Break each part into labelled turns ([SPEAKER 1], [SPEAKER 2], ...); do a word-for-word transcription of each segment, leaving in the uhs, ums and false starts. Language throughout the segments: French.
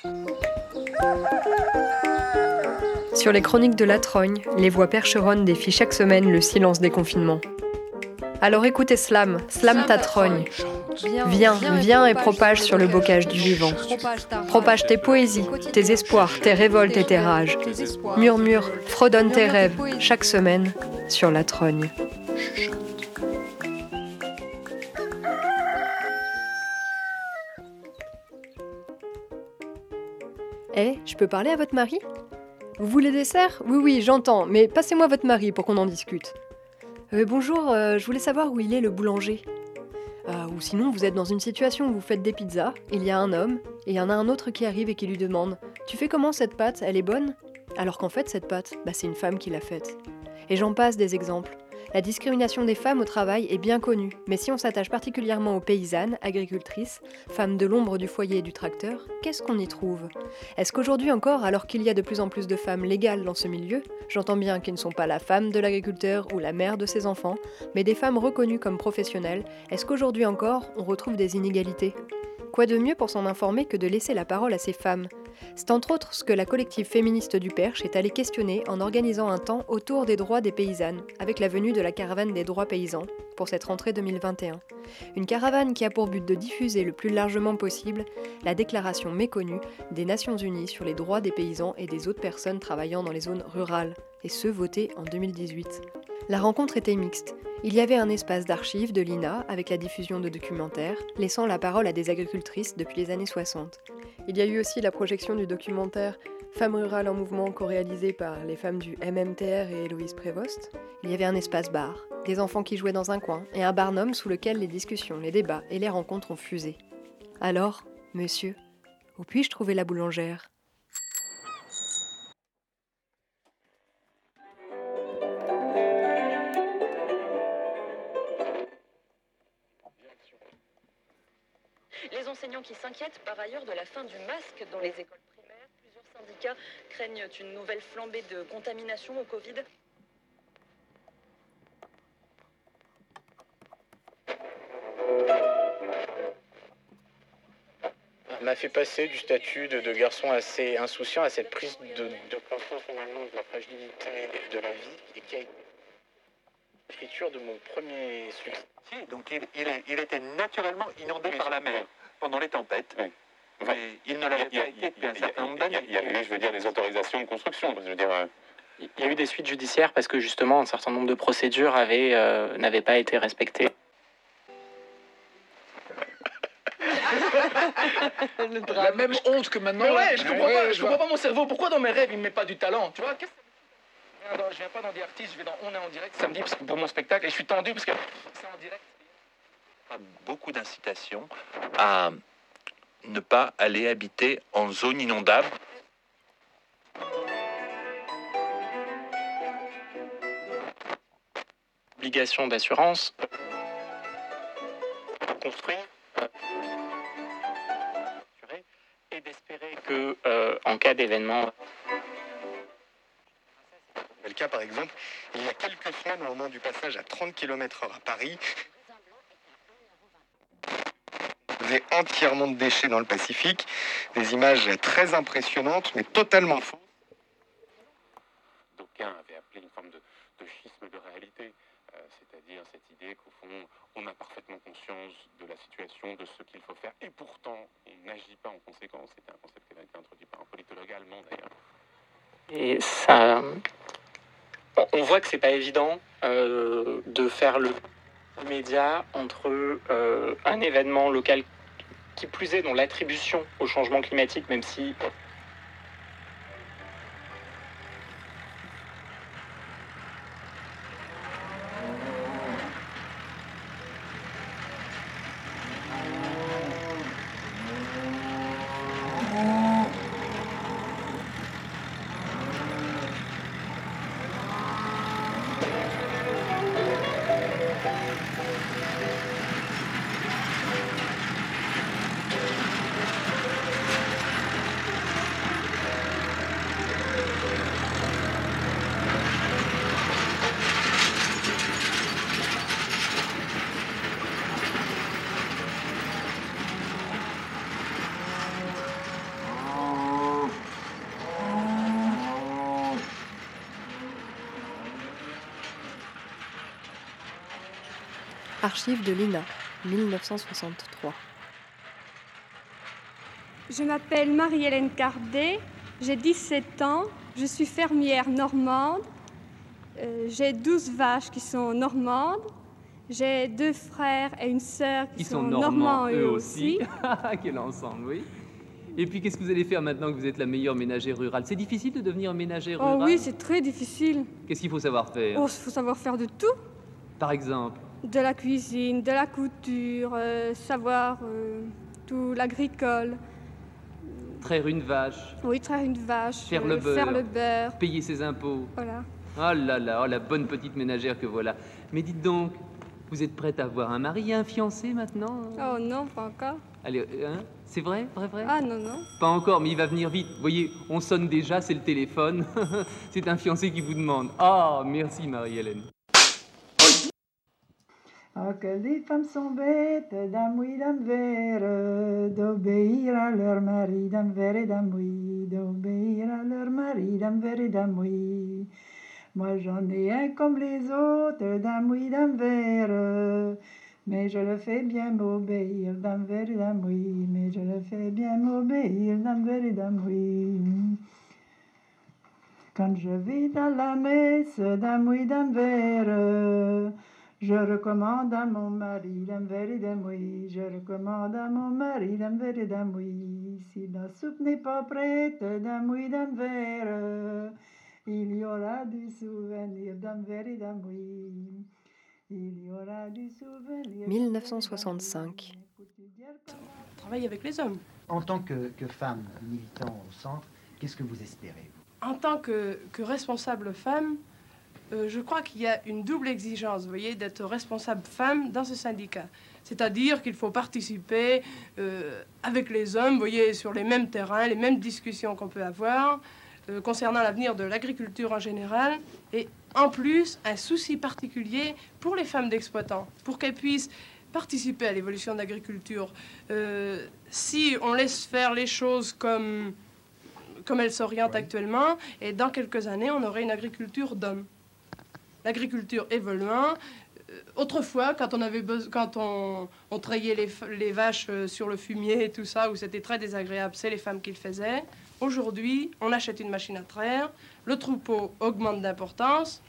[SPEAKER 1] Sur les chroniques de la Trogne, les voix percheronnes défient chaque semaine le silence des confinements. Alors écoutez Slam, Slam ta trogne. Viens, viens et propage sur le bocage du vivant. Propage tes poésies, tes espoirs, tes révoltes et tes rages. Murmure, fredonne tes rêves, chaque semaine, sur la Trogne. Eh, je peux parler à votre mari ? Vous voulez dessert ? Oui, oui, j'entends, mais passez-moi votre mari pour qu'on en discute. Euh, bonjour, euh, je voulais savoir où il est le boulanger. Euh, ou sinon, vous êtes dans une situation où vous faites des pizzas, il y a un homme, et il y en a un autre qui arrive et qui lui demande « Tu fais comment cette pâte ? Elle est bonne ?» Alors qu'en fait, cette pâte, bah, c'est une femme qui l'a faite. Et j'en passe des exemples. La discrimination des femmes au travail est bien connue, mais si on s'attache particulièrement aux paysannes, agricultrices, femmes de l'ombre du foyer et du tracteur, qu'est-ce qu'on y trouve ? Est-ce qu'aujourd'hui encore, alors qu'il y a de plus en plus de femmes légales dans ce milieu, j'entends bien qu'elles ne sont pas la femme de l'agriculteur ou la mère de ses enfants, mais des femmes reconnues comme professionnelles, est-ce qu'aujourd'hui encore, on retrouve des inégalités ? Quoi de mieux pour s'en informer que de laisser la parole à ces femmes ? C'est entre autres ce que la collective féministe du Perche est allée questionner en organisant un temps autour des droits des paysannes, avec la venue de la caravane des droits paysans, pour cette rentrée deux mille vingt et un. Une caravane qui a pour but de diffuser le plus largement possible la déclaration méconnue des Nations Unies sur les droits des paysans et des autres personnes travaillant dans les zones rurales, et ce votée en deux mille dix-huit. La rencontre était mixte. Il y avait un espace d'archives de l'I N A avec la diffusion de documentaires, laissant la parole à des agricultrices depuis les années soixante. Il y a eu aussi la projection du documentaire Femmes rurales en mouvement co-réalisé par les femmes du M M T R et Héloïse Prévost. Il y avait un espace bar, des enfants qui jouaient dans un coin et un barnum sous lequel les discussions, les débats et les rencontres ont fusé. Alors, monsieur, où puis-je trouver la boulangère ?
[SPEAKER 2] Les enseignants qui s'inquiètent par ailleurs de la fin du masque dans les écoles primaires. Plusieurs syndicats craignent une nouvelle flambée de contamination au Covid.
[SPEAKER 3] M'a fait passer du statut de, de garçon assez insouciant à cette prise de, de conscience finalement de la fragilité de la vie et qui a été l'écriture de mon premier succès.
[SPEAKER 4] Donc il, il, il était naturellement inondé oui. par la mer pendant les tempêtes. Oui. Enfin, mais il ne l'avait pas été depuis un certain nombre d'années.
[SPEAKER 5] Il y a eu, je veux dire, des autorisations de construction. Je veux dire, euh...
[SPEAKER 6] Il y a eu des suites judiciaires parce que justement un certain nombre de procédures avaient, euh, n'avaient pas été respectées.
[SPEAKER 7] La même honte que maintenant.
[SPEAKER 8] Mais ouais, je comprends
[SPEAKER 7] ouais,
[SPEAKER 8] pas,
[SPEAKER 7] je
[SPEAKER 8] je comprends pas mon cerveau. Pourquoi dans mes rêves il me met pas du talent, tu vois? Qu'est-ce que... Je viens pas dans des artistes, je vais dans On est en direct samedi parce que pour mon spectacle et je suis tendu parce que c'est en direct.
[SPEAKER 4] Beaucoup d'incitation à ne pas aller habiter en zone inondable.
[SPEAKER 6] Obligation d'assurance.
[SPEAKER 3] Construire.
[SPEAKER 6] Et d'espérer que, euh, en cas d'événement...
[SPEAKER 9] Le cas, par exemple, il y a quelques semaines, au moment du passage à trente kilomètres heure à Paris, il y avait entièrement de déchets dans le Pacifique, des images très impressionnantes, mais totalement fausses.
[SPEAKER 5] D'aucuns avaient appelé une forme de, de schisme de réalité, euh, c'est-à-dire cette idée qu'au fond, on a parfaitement conscience de la situation, de ce qu'il faut faire, et pourtant, on n'agit pas en conséquence. C'était un concept qui avait été introduit par un politologue allemand, d'ailleurs.
[SPEAKER 6] Et ça... On voit que c'est pas évident euh, de faire le média entre euh, un événement local qui plus est dans l'attribution au changement climatique, même si...
[SPEAKER 1] Archives de l'I N A, mille neuf cent soixante-trois.
[SPEAKER 10] Je m'appelle Marie-Hélène Cardet, j'ai dix-sept ans, je suis fermière normande, euh, j'ai douze vaches qui sont normandes, j'ai deux frères et une sœur qui,
[SPEAKER 11] qui sont,
[SPEAKER 10] sont
[SPEAKER 11] normands,
[SPEAKER 10] normands
[SPEAKER 11] eux
[SPEAKER 10] eux
[SPEAKER 11] aussi.
[SPEAKER 10] aussi.
[SPEAKER 11] Quel ensemble, oui. Et puis, qu'est-ce que vous allez faire maintenant que vous êtes la meilleure ménagère rurale? C'est difficile de devenir ménagère rurale?
[SPEAKER 10] Oh oui, c'est très difficile.
[SPEAKER 11] Qu'est-ce qu'il faut savoir faire?
[SPEAKER 10] Oh, il faut savoir faire de tout.
[SPEAKER 11] Par exemple?
[SPEAKER 10] De la cuisine, de la couture, euh, savoir euh, tout l'agricole.
[SPEAKER 11] Traire une vache.
[SPEAKER 10] Oui, traire une vache.
[SPEAKER 11] Faire,
[SPEAKER 10] euh,
[SPEAKER 11] le, beurre,
[SPEAKER 10] faire le beurre.
[SPEAKER 11] Payer ses impôts.
[SPEAKER 10] Voilà.
[SPEAKER 11] Oh là là, oh, la bonne petite ménagère que voilà. Mais dites donc, vous êtes prête à avoir un mari et un fiancé maintenant?
[SPEAKER 10] Oh non, pas encore.
[SPEAKER 11] Allez, hein? C'est vrai, vrai, vrai?
[SPEAKER 10] Ah non, non.
[SPEAKER 11] Pas encore, mais il va venir vite. Vous voyez, on sonne déjà, c'est le téléphone. C'est un fiancé qui vous demande. Ah, oh, merci Marie-Hélène.
[SPEAKER 12] Oh, que les femmes sont bêtes, dame oui, dame vert, d'obéir à leur mari, dame vert et dame oui, d'obéir à leur mari, dame vert et dame oui. Moi j'en ai un comme les autres, dame oui, dame vert, mais je le fais bien m'obéir, dame vert et dame oui, mais je le fais bien m'obéir, dame vert et dame oui. Quand je vais dans la messe, dame oui, dame vert, je recommande à mon mari, dame vert et dame oui, je recommande à mon mari, dame vert et dame oui. Si la soupe n'est pas prête, dame oui, dame vert, il y aura du souvenir, dame vert et dame oui. Il y aura du souvenir.
[SPEAKER 1] mille neuf cent soixante-cinq.
[SPEAKER 13] Travaille avec les hommes.
[SPEAKER 14] En tant que, que femme militant au centre, qu'est-ce que vous espérez?
[SPEAKER 13] En tant que, que responsable femme, Euh, je crois qu'il y a une double exigence, vous voyez, d'être responsable femme dans ce syndicat. C'est-à-dire qu'il faut participer euh, avec les hommes, vous voyez, sur les mêmes terrains, les mêmes discussions qu'on peut avoir euh, concernant l'avenir de l'agriculture en général. Et en plus, un souci particulier pour les femmes d'exploitants, pour qu'elles puissent participer à l'évolution de l'agriculture. Euh, si on laisse faire les choses comme, comme elles s'orientent oui. actuellement, et dans quelques années, on aurait une agriculture d'hommes. L'agriculture évoluant. Euh, autrefois, quand on avait besoin, quand on, on trayait les, les vaches euh, sur le fumier et tout ça, où c'était très désagréable, c'est les femmes qui le faisaient. Aujourd'hui, on achète une machine à traire, le troupeau augmente d'importance.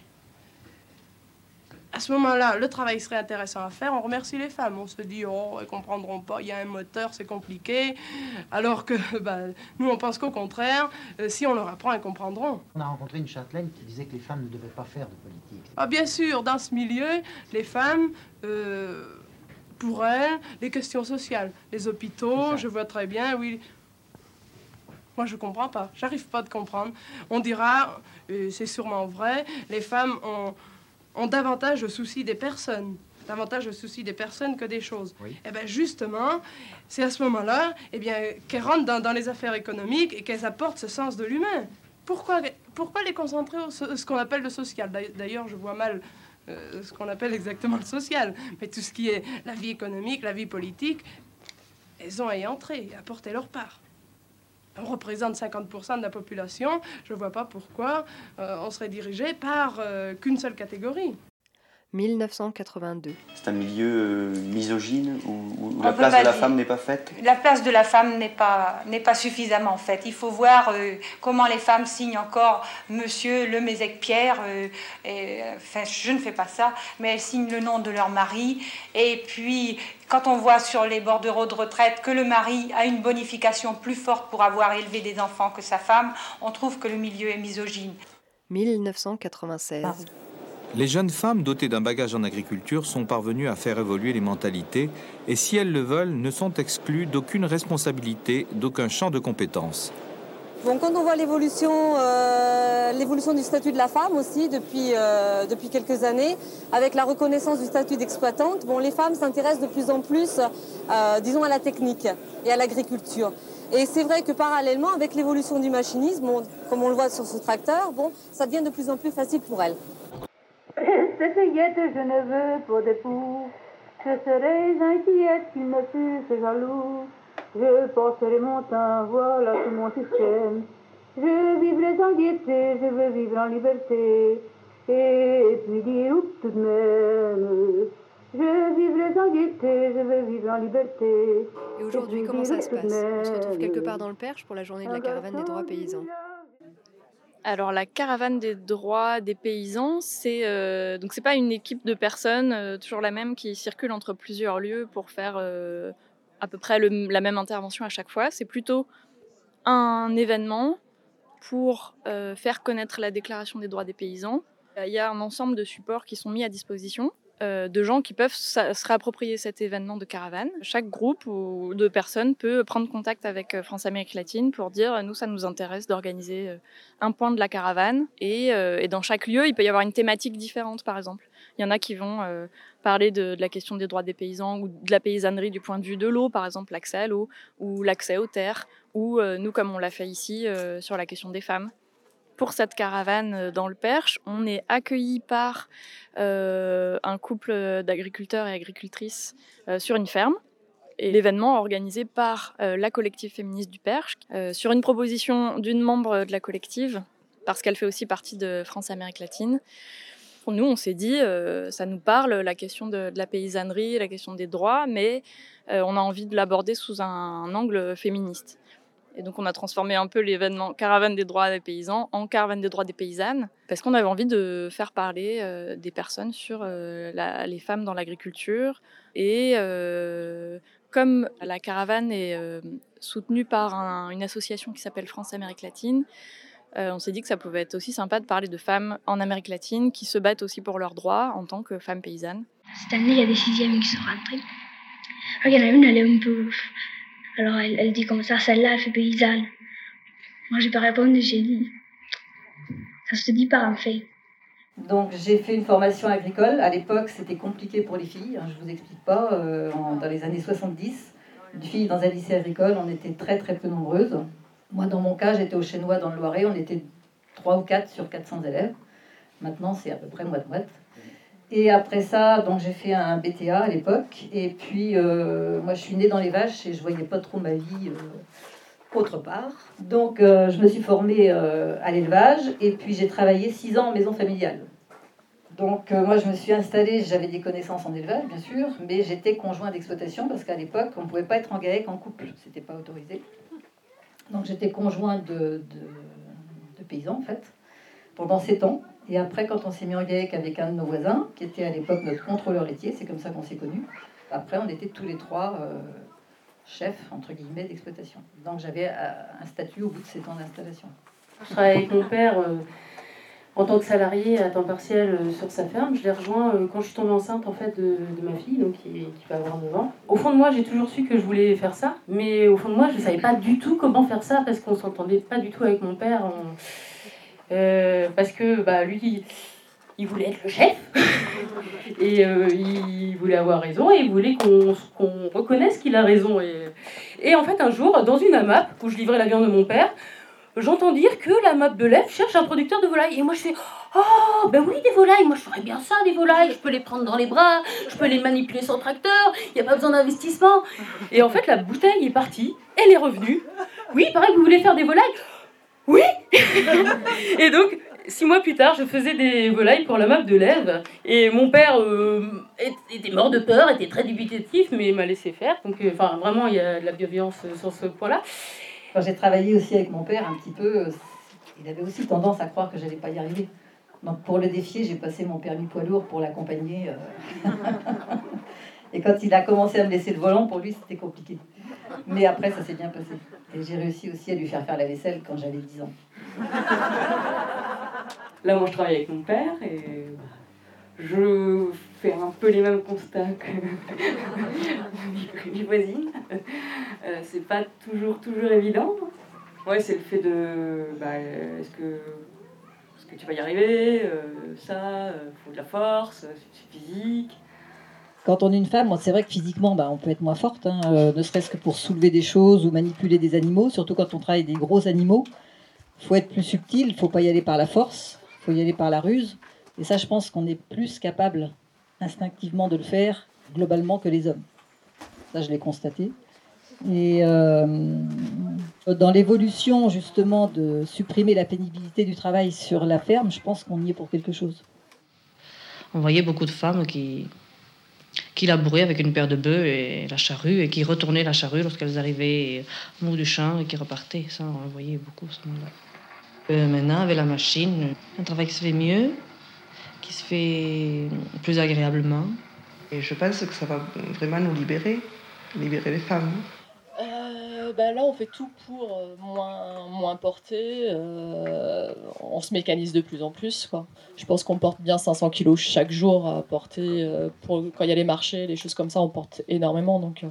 [SPEAKER 13] À ce moment-là, le travail serait intéressant à faire. On remercie les femmes. On se dit, oh, elles comprendront pas, il y a un moteur, c'est compliqué. Alors que bah, nous, on pense qu'au contraire, euh, si on leur apprend, elles comprendront.
[SPEAKER 14] On a rencontré une châtelaine qui disait que les femmes ne devaient pas faire de politique.
[SPEAKER 13] Ah, bien sûr, dans ce milieu, les femmes, euh, pour elles, les questions sociales, les hôpitaux, je vois très bien, oui. Moi, je comprends pas. J'arrive pas à comprendre. On dira, euh, c'est sûrement vrai, les femmes ont... ont davantage le souci des personnes, davantage le souci des personnes que des choses. Oui. Et bien justement, c'est à ce moment-là eh bien, qu'elles rentrent dans, dans les affaires économiques et qu'elles apportent ce sens de l'humain. Pourquoi, pourquoi les concentrer sur ce qu'on appelle le social? D'ailleurs, je vois mal euh, ce qu'on appelle exactement le social, mais tout ce qui est la vie économique, la vie politique, elles ont à y entrer, à apporter leur part. On représente cinquante pour cent de la population. Je ne vois pas pourquoi euh, on serait dirigé par euh, qu'une seule catégorie.
[SPEAKER 1] mille neuf cent quatre-vingt-deux.
[SPEAKER 15] C'est un milieu euh, misogyne où, où la place de la femme n'est pas faite?
[SPEAKER 16] La place de la femme n'est pas, n'est pas suffisamment faite. Il faut voir euh, comment les femmes signent encore Monsieur Lemezec-Pierre. Euh, et, enfin, je ne fais pas ça, mais elles signent le nom de leur mari. Et puis, quand on voit sur les bordereaux de retraite que le mari a une bonification plus forte pour avoir élevé des enfants que sa femme, on trouve que le milieu est misogyne.
[SPEAKER 1] mille neuf cent quatre-vingt-seize. Pardon.
[SPEAKER 17] Les jeunes femmes dotées d'un bagage en agriculture sont parvenues à faire évoluer les mentalités et, si elles le veulent, ne sont exclues d'aucune responsabilité, d'aucun champ de compétences.
[SPEAKER 18] Bon, quand on voit l'évolution, euh, l'évolution du statut de la femme aussi depuis, euh, depuis quelques années, avec la reconnaissance du statut d'exploitante, bon, les femmes s'intéressent de plus en plus, euh, disons, à la technique et à l'agriculture. Et c'est vrai que parallèlement, avec l'évolution du machinisme, bon, comme on le voit sur ce tracteur, bon, ça devient de plus en plus facile pour elles.
[SPEAKER 12] Cette fillette, je ne veux pour d'époux, je serais inquiète qu'il me fusse jaloux. Je porterai mon temps, voilà tout mon système. Je vivrai sans gaieté, je veux vivre en liberté. Et puis dire, oups, tout de même, Je vais vivre en gaieté, je vais vivre en liberté.
[SPEAKER 1] Et aujourd'hui, comment ça se passe? On se retrouve quelque part dans le Perche pour la journée de la caravane des droits paysans.
[SPEAKER 19] Alors la caravane des droits des paysans, c'est euh, donc c'est pas une équipe de personnes euh, toujours la même qui circule entre plusieurs lieux pour faire euh, à peu près le, la même intervention à chaque fois. C'est plutôt un événement pour euh, faire connaître la déclaration des droits des paysans. Il y a un ensemble de supports qui sont mis à disposition euh, de gens qui peuvent se réapproprier cet événement de caravane. Chaque groupe ou de personnes peut prendre contact avec France Amérique Latine pour dire « nous, ça nous intéresse d'organiser un point de la caravane ». Et, euh, et dans chaque lieu, il peut y avoir une thématique différente, par exemple. Il y en a qui vont euh, parler de, de la question des droits des paysans ou de la paysannerie du point de vue de l'eau, par exemple l'accès à l'eau ou l'accès aux terres, ou euh, nous, comme on l'a fait ici, euh, sur la question des femmes. Pour cette caravane dans le Perche, on est accueillis par euh, un couple d'agriculteurs et agricultrices euh, sur une ferme. Et l'événement est organisé par euh, la collective féministe du Perche, euh, sur une proposition d'une membre de la collective, parce qu'elle fait aussi partie de France Amérique Latine. Pour nous, on s'est dit, euh, ça nous parle, la question de, de la paysannerie, la question des droits, mais euh, on a envie de l'aborder sous un, un angle féministe. Et donc on a transformé un peu l'événement Caravane des droits des paysans en Caravane des droits des paysannes, parce qu'on avait envie de faire parler euh, des personnes sur euh, la, les femmes dans l'agriculture. Et euh, comme la caravane est euh, soutenue par un, une association qui s'appelle France Amérique Latine, euh, on s'est dit que ça pouvait être aussi sympa de parler de femmes en Amérique latine qui se battent aussi pour leurs droits en tant que femmes paysannes.
[SPEAKER 20] Cette année, il y a des sixièmes qui sont rentrés. Il y en a une, elle est un peu... Alors elle, elle dit comme ça, celle-là, elle fait paysanne. Moi, j'ai pas répondu, j'ai dit, ça se dit pas en fait.
[SPEAKER 21] Donc j'ai fait une formation agricole. À l'époque, c'était compliqué pour les filles, hein, je vous explique pas. Euh, en, dans les années soixante-dix, une fille dans un lycée agricole, on était très très peu nombreuses. Moi, dans mon cas, j'étais au Chênois dans le Loiret, on était trois ou quatre sur quatre cents élèves. Maintenant, c'est à peu près moite-moite. Et après ça, donc j'ai fait un B T A à l'époque. Et puis, euh, moi, je suis née dans les vaches et je voyais pas trop ma vie euh, autre part. Donc, euh, je me suis formée euh, à l'élevage. Et puis, j'ai travaillé six ans en maison familiale. Donc, euh, moi, je me suis installée. J'avais des connaissances en élevage, bien sûr. Mais j'étais conjoint d'exploitation parce qu'à l'époque, on ne pouvait pas être en GAEC en couple. C'était pas autorisé. Donc, j'étais conjoint de, de, de paysans, en fait, pendant sept ans. Et après, quand on s'est mis en GAEC avec un de nos voisins, qui était à l'époque notre contrôleur laitier, c'est comme ça qu'on s'est connus. Après, on était tous les trois euh, chefs, entre guillemets, d'exploitation. Donc j'avais euh, un statut au bout de sept ans d'installation.
[SPEAKER 22] Je travaille avec mon père euh, en tant que salarié à temps partiel euh, sur sa ferme. Je l'ai rejoint euh, quand je suis tombée enceinte en fait, de, de ma fille, donc, qui, qui va avoir neuf ans. Au fond de moi, j'ai toujours su que je voulais faire ça. Mais au fond de moi, je ne savais pas du tout comment faire ça, parce qu'on ne s'entendait pas du tout avec mon père. On... Euh, parce que bah, lui, il voulait être le chef et euh, il voulait avoir raison et il voulait qu'on, qu'on reconnaisse qu'il a raison. Et, et en fait, un jour, dans une AMAP où je livrais la viande de mon père, j'entends dire que la MAP de l'E F cherche un producteur de volailles. Et moi, je fais « Oh, ben oui, des volailles, moi je ferais bien ça, des volailles, je peux les prendre dans les bras, je peux les manipuler sans tracteur, il n'y a pas besoin d'investissement. » Et en fait, la bouteille est partie, elle est revenue. « Oui, pareil, vous voulez faire des volailles ? » Oui. Et donc, six mois plus tard, je faisais des volailles pour la MAP de l'Ève. Et mon père euh, était mort de peur, était très dubitatif, mais il m'a laissé faire. Donc, euh, enfin, vraiment, il y a de la bienveillance sur ce point-là.
[SPEAKER 21] Quand j'ai travaillé aussi avec mon père un petit peu, il avait aussi tendance à croire que j'allais pas y arriver. Donc, pour le défier, j'ai passé mon permis poids lourd pour l'accompagner. Euh... Et quand il a commencé à me laisser le volant, pour lui, c'était compliqué. Mais après, ça s'est bien passé. Et j'ai réussi aussi à lui faire faire la vaisselle quand j'avais dix ans.
[SPEAKER 22] Là, moi, je travaille avec mon père et je fais un peu les mêmes constats que mes voisines. Euh, c'est pas toujours, toujours évident. Ouais, c'est le fait de... Bah, est-ce que, est-ce que tu vas y arriver euh, Ça, euh, faut de la force, c'est physique.
[SPEAKER 21] Quand on est une femme, c'est vrai que physiquement, bah, on peut être moins forte, hein, euh, ne serait-ce que pour soulever des choses ou manipuler des animaux, surtout quand on travaille avec des gros animaux. Il faut être plus subtil, il ne faut pas y aller par la force, il faut y aller par la ruse. Et ça, je pense qu'on est plus capable instinctivement de le faire, globalement, que les hommes. Ça, je l'ai constaté. Et euh, dans l'évolution, justement, de supprimer la pénibilité du travail sur la ferme, je pense qu'on y est pour quelque chose.
[SPEAKER 23] On voyait beaucoup de femmes qui...
[SPEAKER 2] qui labouraient avec une paire de bœufs et la charrue, et qui retournaient la charrue lorsqu'elles arrivaient au bout du champ et qui repartaient. Ça, on le voyait beaucoup à ce moment-là. Euh, maintenant, avec la machine, un travail qui se fait mieux, qui se fait plus agréablement.
[SPEAKER 7] Et je pense que ça va vraiment nous libérer, libérer les femmes.
[SPEAKER 23] Euh, bah là, on fait tout pour euh, moins, moins porter. Euh, on se mécanise de plus en plus, quoi. Je pense qu'on porte bien cinq cents kilos chaque jour à porter. Euh, pour, quand il y a les marchés, les choses comme ça, on porte énormément. Donc,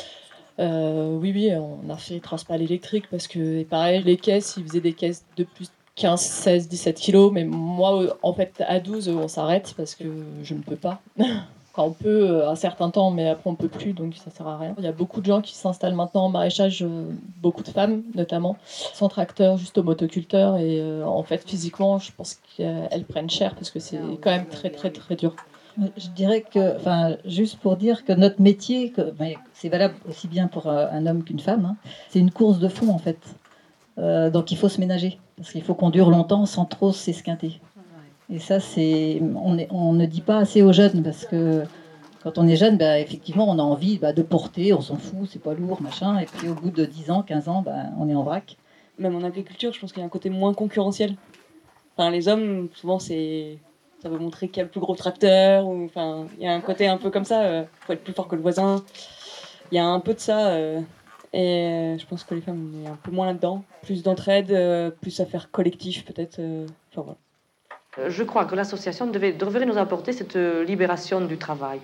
[SPEAKER 23] euh, oui, oui, on a fait Transpal électrique parce que, et pareil, les caisses, ils faisaient des caisses de plus de quinze, seize, dix-sept kilos. Mais moi, en fait, à douze, on s'arrête parce que je ne peux pas. Quand on peut, un certain temps, mais après on peut plus, donc ça sert à rien. Il y a beaucoup de gens qui s'installent maintenant en maraîchage, beaucoup de femmes notamment, sans tracteur, juste au motoculteur, et euh, en fait physiquement, je pense qu'elles prennent cher parce que c'est quand même très très très dur.
[SPEAKER 21] Je dirais que, enfin, juste pour dire que notre métier, que, ben, c'est valable aussi bien pour un homme qu'une femme, hein, c'est une course de fond en fait. Euh, donc il faut se ménager, parce qu'il faut qu'on dure longtemps sans trop s'esquinter. Et ça, c'est, on, est, on ne dit pas assez aux jeunes, parce que quand on est jeune, bah, effectivement, on a envie bah, de porter, on s'en fout, c'est pas lourd, machin. Et puis au bout de dix ans, quinze ans, bah, on est en vrac.
[SPEAKER 24] Même en agriculture, je pense qu'il y a un côté moins concurrentiel. Enfin, les hommes, souvent, c'est, ça veut montrer qu'il y a le plus gros tracteur. Ou, enfin, il y a un côté un peu comme ça, il euh, faut être plus fort que le voisin. Il y a un peu de ça. Euh, et euh, je pense que les femmes, on est un peu moins là-dedans. Plus d'entraide, euh, plus à faire collectif, peut-être. Euh, enfin, voilà.
[SPEAKER 2] Je crois que l'association devait, devrait nous apporter cette libération du travail.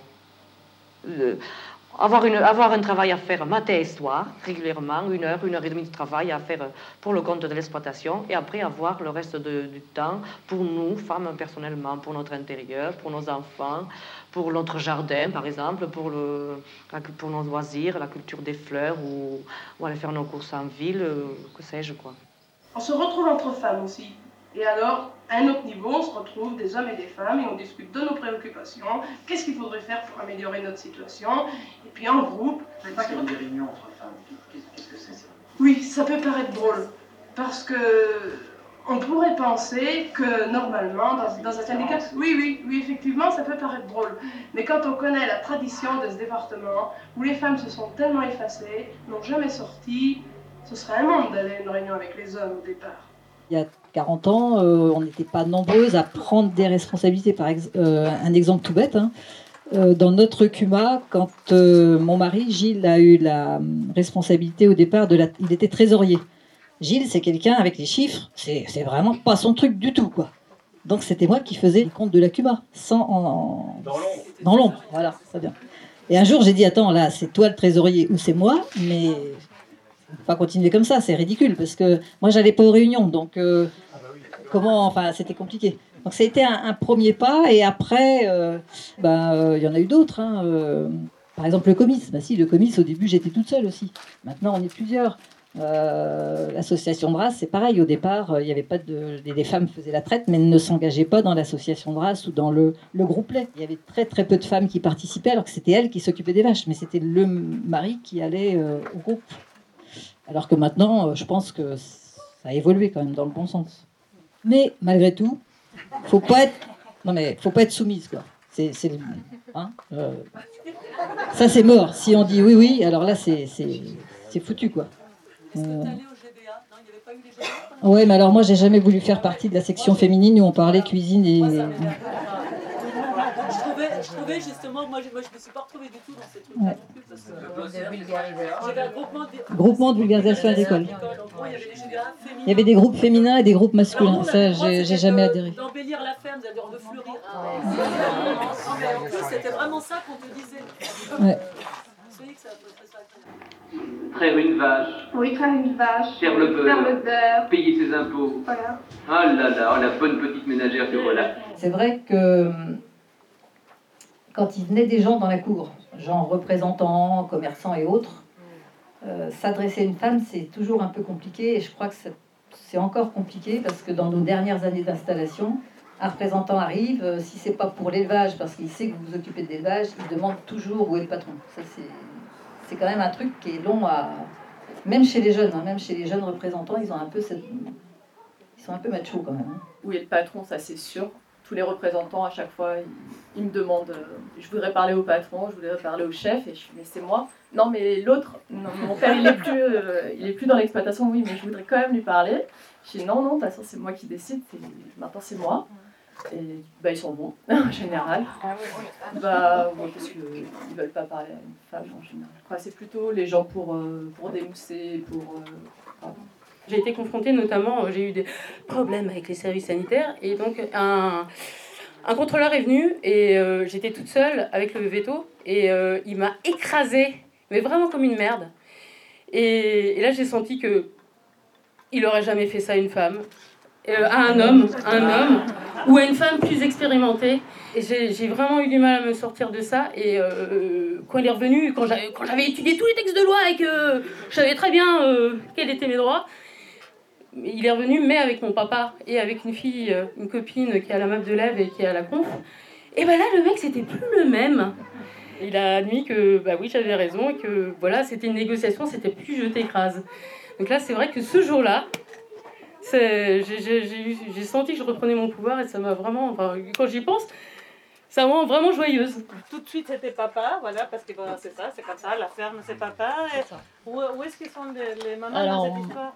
[SPEAKER 2] Euh, avoir, une, avoir un travail à faire matin et soir, régulièrement, une heure, une heure et demie de travail à faire pour le compte de l'exploitation, et après avoir le reste de, du temps pour nous, femmes personnellement, pour notre intérieur, pour nos enfants, pour notre jardin, par exemple, pour, le, pour nos loisirs, la culture des fleurs, ou, ou aller faire nos courses en ville, que sais-je, quoi.
[SPEAKER 13] On se retrouve entre femmes aussi. Et alors, à un autre niveau, on se retrouve des hommes et des femmes et on discute de nos préoccupations, qu'est-ce qu'il faudrait faire pour améliorer notre situation, et puis en groupe...
[SPEAKER 25] C'est pas comme des réunions entre femmes, qu'est-ce que c'est ça?
[SPEAKER 13] Oui, ça peut paraître drôle, parce que on pourrait penser que normalement, dans, dans un syndicat... Oui, oui, oui, effectivement, ça peut paraître drôle, mais quand on connaît la tradition de ce département, où les femmes se sont tellement effacées, n'ont jamais sorti, ce serait un monde d'aller à une réunion avec les hommes au départ.
[SPEAKER 21] Il y a quarante ans, euh, on n'était pas nombreuses à prendre des responsabilités. Par ex- euh, un exemple tout bête, hein. euh, dans notre C U M A, quand euh, mon mari, Gilles, a eu la responsabilité au départ, de la... il était trésorier. Gilles, c'est quelqu'un avec les chiffres, c'est, c'est vraiment pas son truc du tout, quoi. Donc c'était moi qui faisais les comptes de la C U M A, sans, en, en... dans l'ombre. Dans l'ombre, voilà, très bien. Et un jour, j'ai dit, attends, là, c'est toi le trésorier ou c'est moi, mais... Il ne faut pas continuer comme ça, c'est ridicule, parce que moi, j'allais pas aux réunions, donc euh, comment, enfin, c'était compliqué. Donc, ça a été un, un premier pas, et après, euh, ben, euh, y en a eu d'autres. Hein, euh, par exemple, le comice. Ben, si, le comice, au début, j'étais toute seule aussi. Maintenant, on est plusieurs. Euh, l'association de race, c'est pareil. Au départ, il euh, y avait pas de, les, les femmes faisaient la traite, mais ne s'engageaient pas dans l'association de race ou dans le, le groupe lait. Il y avait très très peu de femmes qui participaient, alors que c'était elles qui s'occupaient des vaches, mais c'était le mari qui allait euh, au groupe. Alors que maintenant, je pense que ça a évolué quand même dans le bon sens. Mais malgré tout, faut pas être, non mais faut pas être soumise, quoi. C'est, c'est, hein, euh, ça c'est mort. Si on dit oui oui, alors là c'est c'est, c'est foutu, quoi. Euh... Ouais, mais alors moi j'ai jamais voulu faire partie de la section féminine où on parlait cuisine et.
[SPEAKER 26] Je trouvais, je trouvais justement, moi je, moi je me suis pas retrouvée du tout dans ces trucs-là
[SPEAKER 21] Ouais.
[SPEAKER 26] non plus, parce que j'avais un groupement de,
[SPEAKER 21] Groupement de vulgarisation agricole. Il y avait des groupes féminins et des groupes masculins. Ça, j'ai, j'ai jamais adhéré.
[SPEAKER 26] D'embellir la ferme, c'est-à-dire de fleurir. Non, mais en plus, c'était vraiment ça qu'on te disait.
[SPEAKER 21] Ouais.
[SPEAKER 26] Vous savez que ça ça.
[SPEAKER 27] Traire une vache.
[SPEAKER 10] Oui, traire une vache.
[SPEAKER 27] Faire le beurre.
[SPEAKER 10] Faire le beurre.
[SPEAKER 27] Payer ses impôts.
[SPEAKER 10] Voilà.
[SPEAKER 27] Ah là là, oh, la bonne petite ménagère que voilà.
[SPEAKER 21] C'est vrai que quand il venait des gens dans la cour, gens représentants, commerçants et autres, euh, s'adresser à une femme, c'est toujours un peu compliqué. Et je crois que c'est, c'est encore compliqué parce que dans nos dernières années d'installation, un représentant arrive, euh, si c'est pas pour l'élevage, parce qu'il sait que vous vous occupez de l'élevage, il demande toujours où est le patron. Ça, c'est, c'est quand même un truc qui est long à... Même chez les jeunes, hein, même chez les jeunes représentants, ils ont un peu cette... Ils sont un peu machos quand même. Hein.
[SPEAKER 28] Où est le patron, ça c'est sûr.
[SPEAKER 23] tous les représentants, à chaque fois, ils, ils me demandent, euh, je voudrais parler au patron, je voudrais parler au chef, et je dis, mais c'est moi. Non, mais l'autre, non, mon père, il est plus, euh, il est plus dans l'exploitation, oui, mais je voudrais quand même lui parler. Je dis, non, non, de toute façon, c'est moi qui décide, maintenant c'est moi. Et bah, ils sont bons, en général. Bah, ouais, parce qu'ils ne veulent pas parler à une femme, en général. Enfin, c'est plutôt les gens pour, euh, pour démousser, pour... Euh,
[SPEAKER 22] J'ai été confrontée notamment, j'ai eu des problèmes avec les services sanitaires, et donc un, un contrôleur est venu, et euh, j'étais toute seule avec le veto, et euh, il m'a écrasée, mais vraiment comme une merde. Et, et là, j'ai senti que il n'aurait jamais fait ça à une femme, euh, à un homme, à un homme, ou à une femme plus expérimentée. Et j'ai, j'ai vraiment eu du mal à me sortir de ça. Et euh, quand il est revenu, quand j'avais, quand j'avais étudié tous les textes de loi et que je savais très bien euh, quels étaient mes droits, il est revenu, mais avec mon papa et avec une fille, une copine qui est à la M A P de l'Ève et qui est à la conf. Et ben là, le mec, c'était plus le même. Il a admis que, bah oui, j'avais raison et que, voilà, c'était une négociation, c'était plus je t'écrase. Donc là, c'est vrai que ce jour-là, c'est, j'ai, j'ai, j'ai, j'ai senti que je reprenais mon pouvoir et ça m'a vraiment, enfin, quand j'y pense, ça me rend vraiment joyeuse.
[SPEAKER 3] Tout de suite, c'était papa, voilà, parce que voilà, c'est ça, c'est comme ça, la ferme, c'est papa. Et où, où est-ce qu'ils sont les, les mamans
[SPEAKER 23] Alors,
[SPEAKER 3] dans cette histoire?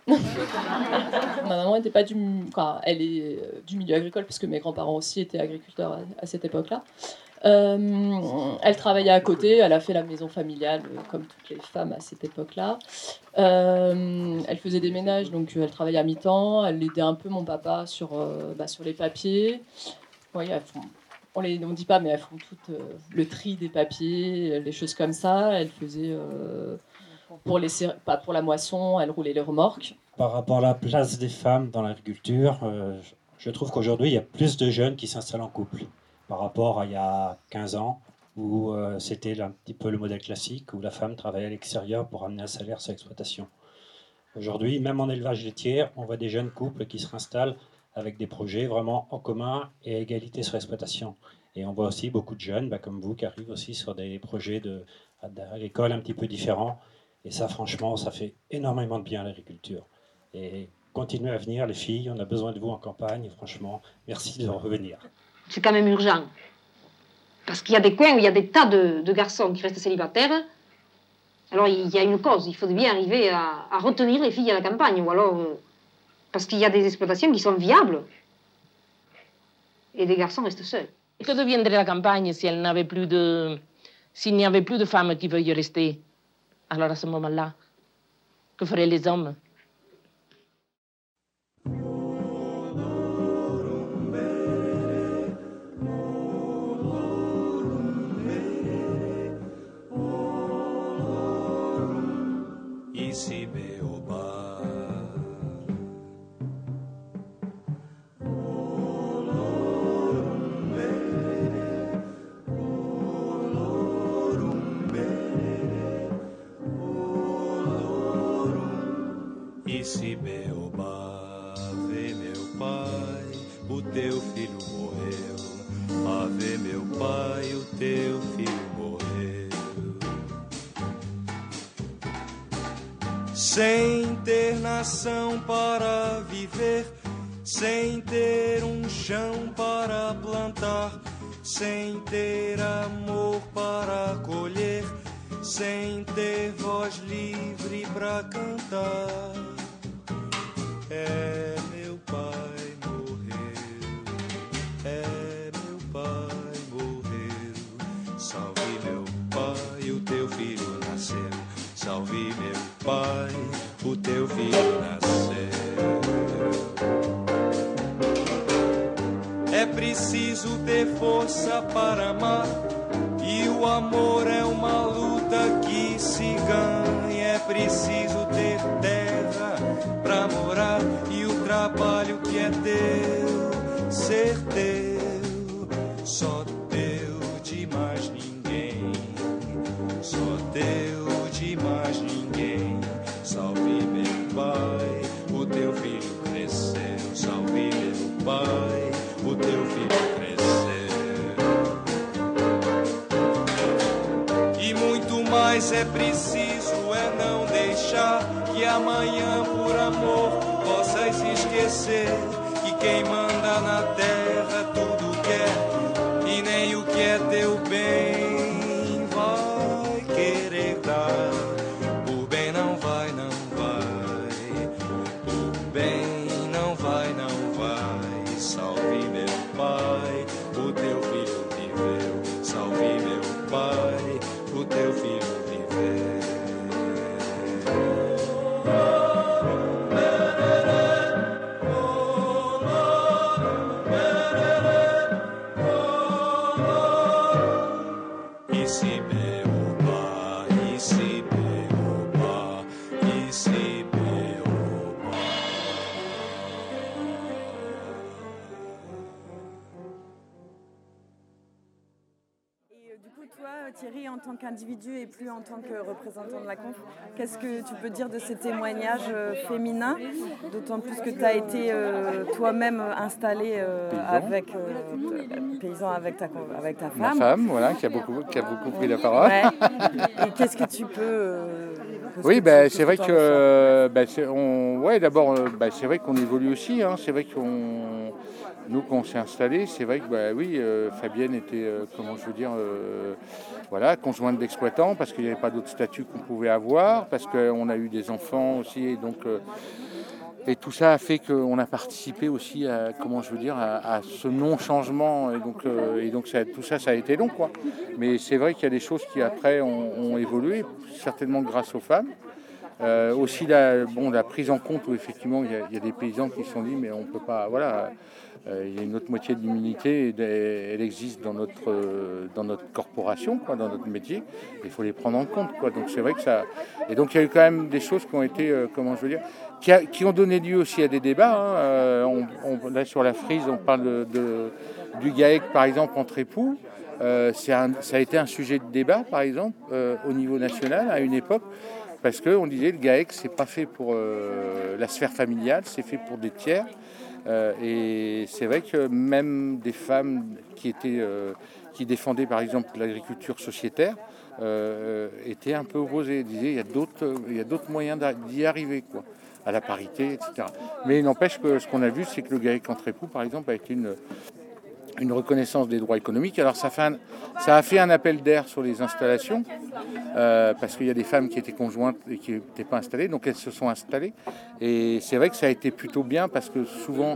[SPEAKER 23] Ma maman n'était pas du, enfin, elle est du milieu agricole, parce que mes grands-parents aussi étaient agriculteurs à, à cette époque-là. Euh, elle travaillait à côté, elle a fait la maison familiale euh, comme toutes les femmes à cette époque-là. Euh, elle faisait des ménages, donc euh, elle travaillait à mi-temps, elle aidait un peu mon papa sur, euh, bah, sur les papiers. Oui, elles font, on les on dit pas, mais elles font tout euh, le tri des papiers, les choses comme ça. Elle faisait euh, pour, les, pas pour la moisson, elle roulait les remorques.
[SPEAKER 4] Par rapport à la place des femmes dans l'agriculture, euh, je trouve qu'aujourd'hui il y a plus de jeunes qui s'installent en couple par rapport à il y a quinze ans, où euh, c'était un petit peu le modèle classique, où la femme travaillait à l'extérieur pour amener un salaire sur l'exploitation. Aujourd'hui, même en élevage laitier, on voit des jeunes couples qui se réinstallent avec des projets vraiment en commun et à égalité sur l'exploitation. Et on voit aussi beaucoup de jeunes, bah, comme vous, qui arrivent aussi sur des projets de, d'agricoles un petit peu différents. Et ça, franchement, ça fait énormément de bien à l'agriculture. Et continuez à venir, les filles, on a besoin de vous en campagne. Et franchement, merci de revenir.
[SPEAKER 5] C'est quand même urgent. Parce qu'il y a des coins où il y a des tas de, de garçons qui restent célibataires. Alors il y a une cause, il faut bien arriver à, à retenir les filles à la campagne. Ou alors, euh, parce qu'il y a des exploitations qui sont viables. Et des garçons restent seuls.
[SPEAKER 6] Que deviendrait la campagne si elle n'avait plus de, s'il n'y avait plus de femmes qui veuillent rester? Alors à ce moment-là, que feraient les hommes?
[SPEAKER 8] Ici Beoba, Ici Beoba, vê meu pai, o teu filho morreu. Ave meu pai, o teu filho morreu. Sem ter nação para viver, sem ter um chão para plantar, sem ter amor para colher, sem ter voz livre para cantar. É meu pai morreu, é meu pai morreu. Salve meu pai, o teu filho nasceu. Salve meu pai, o teu filho nasceu. É preciso ter força para amar, e o amor é uma luta que se ganha. É preciso ter terra para morar, e o trabalho que é teu, ser teu, só teu de mais ninguém, só teu de mais ninguém. Salve meu pai, o teu filho cresceu. Salve meu pai, o teu filho cresceu. E muito mais é preciso, é não deixar que amanhã por amor possas esquecer que quem manda na terra tudo que quer e nem o que é teu bem vai querer dar. O bem não vai, não vai. O bem não vai, não vai. Salve meu pai, o teu filho viveu. Salve meu pai, o teu filho viveu.
[SPEAKER 9] Thierry, en tant qu'individu et plus en tant que représentant de la conf, qu'est-ce que tu peux dire de ces témoignages euh, féminins, d'autant plus que tu as été euh, toi-même installé euh, avec, euh, paysan avec ta, avec ta femme.
[SPEAKER 11] Ma femme, voilà, qui a beaucoup, qui a beaucoup pris la parole.
[SPEAKER 9] Ouais. Et qu'est-ce que tu peux... Euh,
[SPEAKER 11] oui, bah, c'est vrai que... Bah, c'est, on, ouais, d'abord, bah, c'est vrai qu'on évolue aussi. Hein, c'est vrai qu'on... Nous, quand on s'est installés, c'est vrai que bah, oui, euh, Fabienne était, euh, comment je veux dire, euh, voilà, conjointe d'exploitant, parce qu'il n'y avait pas d'autres statuts qu'on pouvait avoir, parce qu'on a eu des enfants aussi, et donc euh, et tout ça a fait qu'on a participé aussi à, comment je veux dire, à, à ce non-changement, et donc, euh, et donc ça, tout ça, ça a été long, quoi. Mais c'est vrai qu'il y a des choses qui après ont, ont évolué, certainement grâce aux femmes. Euh, aussi la, bon, la prise en compte où effectivement il y, a, il y a des paysans qui se sont dit mais on peut pas, voilà, euh, il y a une autre moitié de l'immunité, elle existe dans notre, euh, dans notre corporation, quoi, dans notre métier, il faut les prendre en compte, quoi. Donc c'est vrai que ça, et donc il y a eu quand même des choses qui ont été, euh, comment je veux dire, qui, a, qui ont donné lieu aussi à des débats. Hein. Euh, on, on, là sur la frise, on parle de, de, du GAEC par exemple entre époux. Euh, c'est un, ça a été un sujet de débat par exemple euh, au niveau national à une époque. Parce qu'on disait le GAEC, c'est pas fait pour euh, la sphère familiale, c'est fait pour des tiers. Euh, et c'est vrai que même des femmes qui, étaient, euh, qui défendaient par exemple l'agriculture sociétaire euh, étaient un peu opposées. Elles disaient il y a d'autres, il y a d'autres moyens d'y arriver, quoi, à la parité, et cetera. Mais il n'empêche que ce qu'on a vu, c'est que le GAEC entre époux, par exemple, a été une... une reconnaissance des droits économiques. Alors ça, fait un, ça a fait un appel d'air sur les installations, euh, parce qu'il y a des femmes qui étaient conjointes et qui n'étaient pas installées, donc elles se sont installées. Et c'est vrai que ça a été plutôt bien, parce que souvent,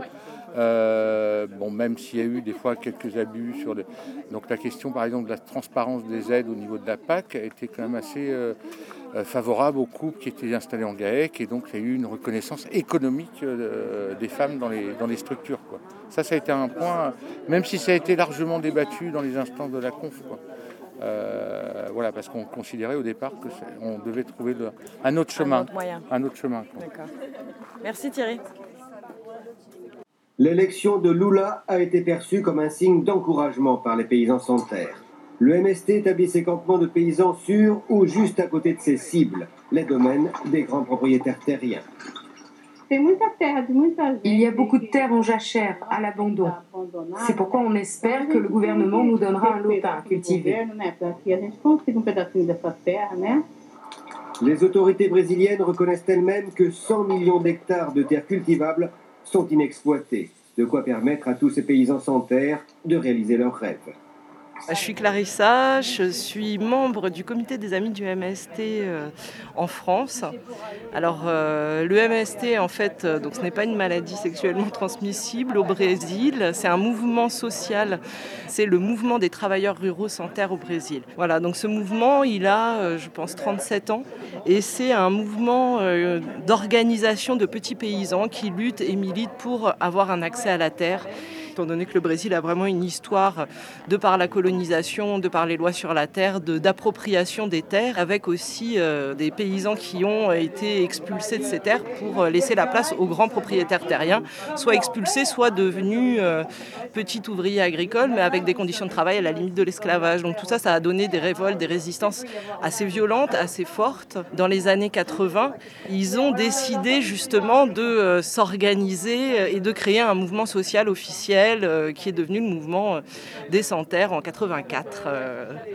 [SPEAKER 11] euh, bon, même s'il y a eu des fois quelques abus sur le... Donc la question, par exemple, de la transparence des aides au niveau de la P A C a été quand même assez... Euh, favorable aux couples qui étaient installés en GAEC, et donc il y a eu une reconnaissance économique euh, des femmes dans les, dans les structures, quoi. Ça, ça a été un point, même si ça a été largement débattu dans les instances de la conf, quoi. Euh, voilà, parce qu'on considérait au départ qu'on devait trouver le, un autre chemin.
[SPEAKER 9] Un autre moyen.
[SPEAKER 11] Un autre chemin, quoi.
[SPEAKER 9] D'accord. Merci Thierry.
[SPEAKER 14] L'élection de Lula a été perçue comme un signe d'encouragement par les paysans sans terre. Le M S T établit ses campements de paysans sur ou juste à côté de ses cibles, les domaines des grands propriétaires terriens.
[SPEAKER 15] Il y a beaucoup de terres en jachère, à l'abandon. C'est pourquoi on espère que le gouvernement nous donnera un lopin à cultiver.
[SPEAKER 14] Les autorités brésiliennes reconnaissent elles-mêmes que cent millions d'hectares de terres cultivables sont inexploités, de quoi permettre à tous ces paysans sans terre de réaliser leurs rêves.
[SPEAKER 16] Je suis Clarissa, je suis membre du comité des amis du M S T euh, en France. Alors euh, le M S T en fait, euh, donc ce n'est pas une maladie sexuellement transmissible au Brésil, c'est un mouvement social, c'est le mouvement des travailleurs ruraux sans terre au Brésil. Voilà, donc ce mouvement il a euh, je pense trente-sept ans et c'est un mouvement euh, d'organisation de petits paysans qui luttent et militent pour avoir un accès à la terre. Étant donné que le Brésil a vraiment une histoire de par la colonisation, de par les lois sur la terre, de, d'appropriation des terres, avec aussi euh, des paysans qui ont été expulsés de ces terres pour laisser la place aux grands propriétaires terriens, soit expulsés, soit devenus euh, petits ouvriers agricoles, mais avec des conditions de travail à la limite de l'esclavage. Donc tout ça, ça a donné des révoltes, des résistances assez violentes, assez fortes. Dans les années quatre-vingts, ils ont décidé justement de euh, s'organiser et de créer un mouvement social officiel qui est devenu le mouvement des sans terre en quatre-vingt-quatre, euh,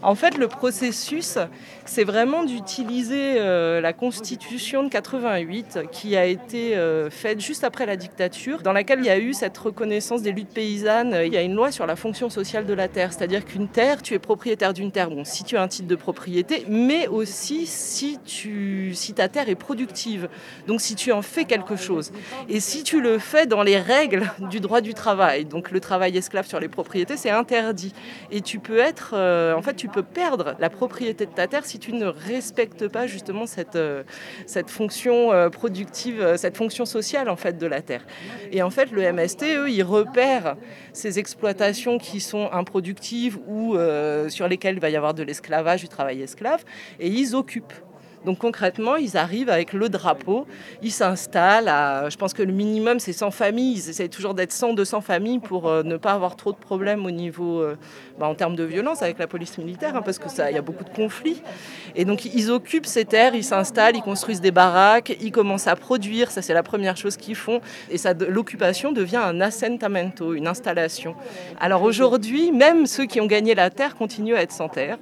[SPEAKER 16] En fait, le processus, c'est vraiment d'utiliser euh, la Constitution de quatre-vingt-huit qui a été euh, faite juste après la dictature, dans laquelle il y a eu cette reconnaissance des luttes paysannes. Il y a une loi sur la fonction sociale de la terre, c'est-à-dire qu'une terre, tu es propriétaire d'une terre, bon, si tu as un titre de propriété, mais aussi si, tu, si ta terre est productive, donc si tu en fais quelque chose. Et si tu le fais dans les règles du droit du travail, donc le travail esclave sur les propriétés, c'est interdit. Et tu peux être, euh, en fait, tu peux perdre la propriété de ta terre si tu ne respectes pas justement cette, euh, cette fonction euh, productive, euh, cette fonction sociale en fait de la terre. Et en fait, le M S T, eux, ils repèrent ces exploitations qui sont improductives ou euh, sur lesquelles il va y avoir de l'esclavage, du travail esclave, et ils occupent. Donc concrètement, ils arrivent avec le drapeau, ils s'installent, à, je pense que le minimum c'est cent familles, ils essayent toujours d'être cent, deux cents familles pour euh, ne pas avoir trop de problèmes au niveau, euh, bah, en termes de violence avec la police militaire, hein, parce que ça, y a beaucoup de conflits. Et donc ils occupent ces terres, ils s'installent, ils construisent des baraques, ils commencent à produire, ça c'est la première chose qu'ils font, et ça, l'occupation devient un assentamento, une installation. Alors aujourd'hui, même ceux qui ont gagné la terre continuent à être sans terre.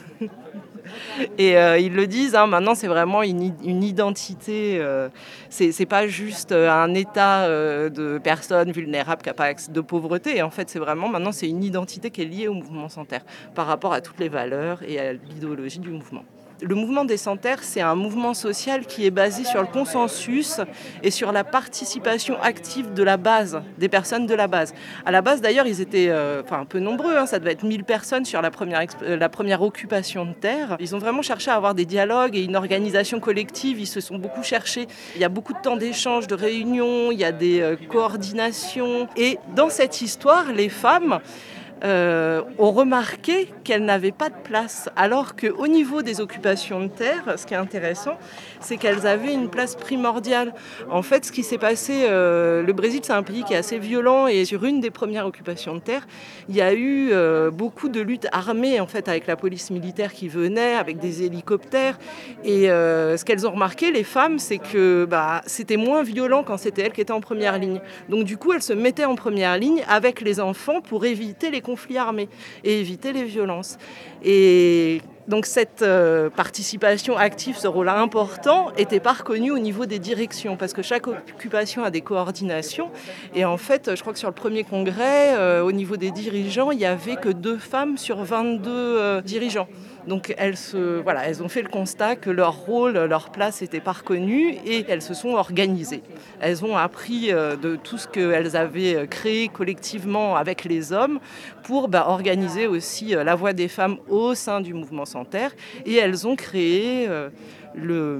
[SPEAKER 16] Et euh, ils le disent, hein, maintenant c'est vraiment une, une identité, euh, c'est, c'est pas juste un état euh, de personnes vulnérables qui n'a pas accès de pauvreté, en fait c'est vraiment, maintenant c'est une identité qui est liée au mouvement sans terre par rapport à toutes les valeurs et à l'idéologie du mouvement. Le mouvement des sans terre, c'est un mouvement social qui est basé sur le consensus et sur la participation active de la base, des personnes de la base. À la base, d'ailleurs, ils étaient euh, enfin, un peu nombreux, hein, ça devait être mille personnes sur la première, exp- la première occupation de terre. Ils ont vraiment cherché à avoir des dialogues et une organisation collective, ils se sont beaucoup cherchés. Il y a beaucoup de temps d'échange, de réunions, il y a des euh, coordinations. Et dans cette histoire, les femmes Euh, ont remarqué qu'elles n'avaient pas de place, alors qu'au niveau des occupations de terre, ce qui est intéressant, c'est qu'elles avaient une place primordiale. En fait, ce qui s'est passé, euh, le Brésil, c'est un pays qui est assez violent, et sur une des premières occupations de terre, il y a eu euh, beaucoup de luttes armées, en fait, avec la police militaire qui venait, avec des hélicoptères. Et euh, ce qu'elles ont remarqué, les femmes, c'est que bah, c'était moins violent quand c'était elles qui étaient en première ligne. Donc du coup, elles se mettaient en première ligne avec les enfants pour éviter les conflits armés et éviter les violences. Et donc cette euh, participation active, ce rôle important, n'était pas reconnu au niveau des directions, parce que chaque occupation a des coordinations. Et en fait, je crois que sur le premier congrès, euh, au niveau des dirigeants, il n'y avait que deux femmes sur vingt-deux euh, dirigeants. Donc elles, se, voilà, elles ont fait le constat que leur rôle, leur place n'était pas reconnue, et elles se sont organisées. Elles ont appris euh, de tout ce qu'elles avaient créé collectivement avec les hommes pour bah, organiser aussi euh, la voix des femmes au sein du mouvement sans terre, et elles ont créé euh, le,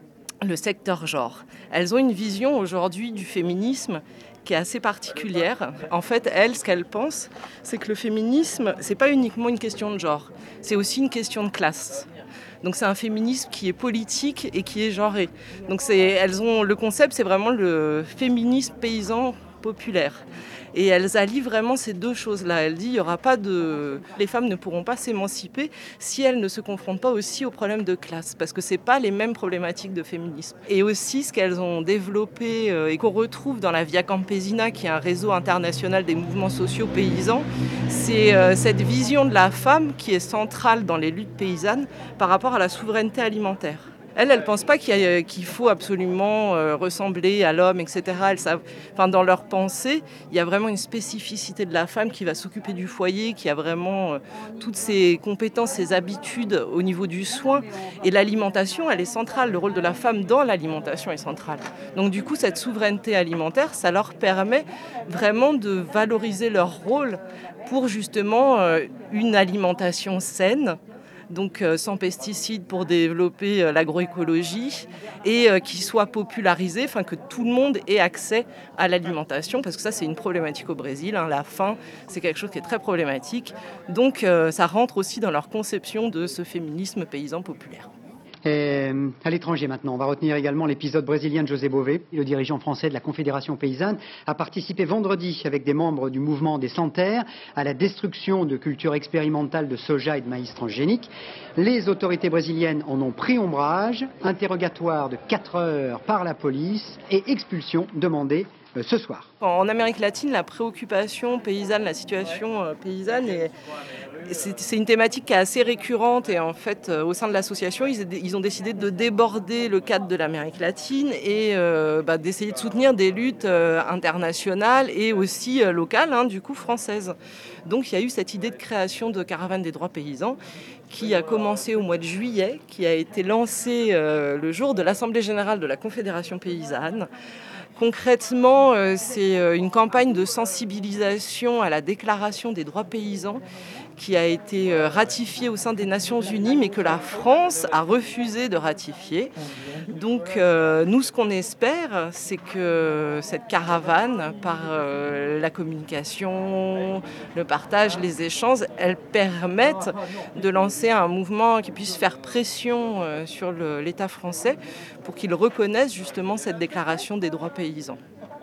[SPEAKER 16] le secteur genre. Elles ont une vision aujourd'hui du féminisme qui est assez particulière. En fait, elles, ce qu'elles pensent, c'est que le féminisme, c'est pas uniquement une question de genre, c'est aussi une question de classe. Donc c'est un féminisme qui est politique et qui est genré. Donc c'est, elles ont, le concept, c'est vraiment le féminisme paysan populaire. Et elles allient vraiment ces deux choses-là. Elle dit, il y aura pas de... les femmes ne pourront pas s'émanciper si elles ne se confrontent pas aussi aux problèmes de classe, parce que c'est pas les mêmes problématiques de féminisme. Et aussi, ce qu'elles ont développé euh, et qu'on retrouve dans la Via Campesina, qui est un réseau international des mouvements sociaux paysans, c'est euh, cette vision de la femme qui est centrale dans les luttes paysannes par rapport à la souveraineté alimentaire. Elles, elles ne pensent pas qu'il, y a, qu'il faut absolument euh, ressembler à l'homme, et cetera. Elles savent, enfin, dans leur pensée, il y a vraiment une spécificité de la femme qui va s'occuper du foyer, qui a vraiment euh, toutes ses compétences, ses habitudes au niveau du soin. Et l'alimentation, elle est centrale. Le rôle de la femme dans l'alimentation est central. Donc du coup, cette souveraineté alimentaire, ça leur permet vraiment de valoriser leur rôle pour justement euh, une alimentation saine, donc euh, sans pesticides pour développer euh, l'agroécologie, et euh, qui soit popularisé, enfin que tout le monde ait accès à l'alimentation, parce que ça c'est une problématique au Brésil, hein, la faim c'est quelque chose qui est très problématique, donc euh, ça rentre aussi dans leur conception de ce féminisme paysan populaire.
[SPEAKER 1] Et à l'étranger maintenant, on va retenir également l'épisode brésilien de José Bové. Le dirigeant français de la Confédération paysanne a participé vendredi avec des membres du mouvement des Sans Terre à la destruction de cultures expérimentales de soja et de maïs transgéniques. Les autorités brésiliennes en ont pris ombrage, interrogatoire de quatre heures par la police et expulsion demandée ce soir.
[SPEAKER 16] En Amérique latine, la préoccupation paysanne, la situation paysanne est c'est, c'est une thématique qui est assez récurrente et en fait, euh, au sein de l'association, ils, ils ont décidé de déborder le cadre de l'Amérique latine et euh, bah, d'essayer de soutenir des luttes euh, internationales et aussi euh, locales, hein, du coup françaises. Donc il y a eu cette idée de création de Caravane des droits paysans qui a commencé au mois de juillet, qui a été lancée euh, le jour de l'Assemblée générale de la Confédération paysanne. Concrètement, euh, c'est euh, une campagne de sensibilisation à la Déclaration des droits paysans qui a été euh, ratifiée au sein des Nations Unies, mais que la France a refusé de ratifier. Donc euh, nous, ce qu'on espère, c'est que cette caravane, par euh, la communication, le partage, les échanges, elle permette de lancer un mouvement qui puisse faire pression euh, sur le, l'État français pour qu'il reconnaisse justement cette déclaration des droits paysans.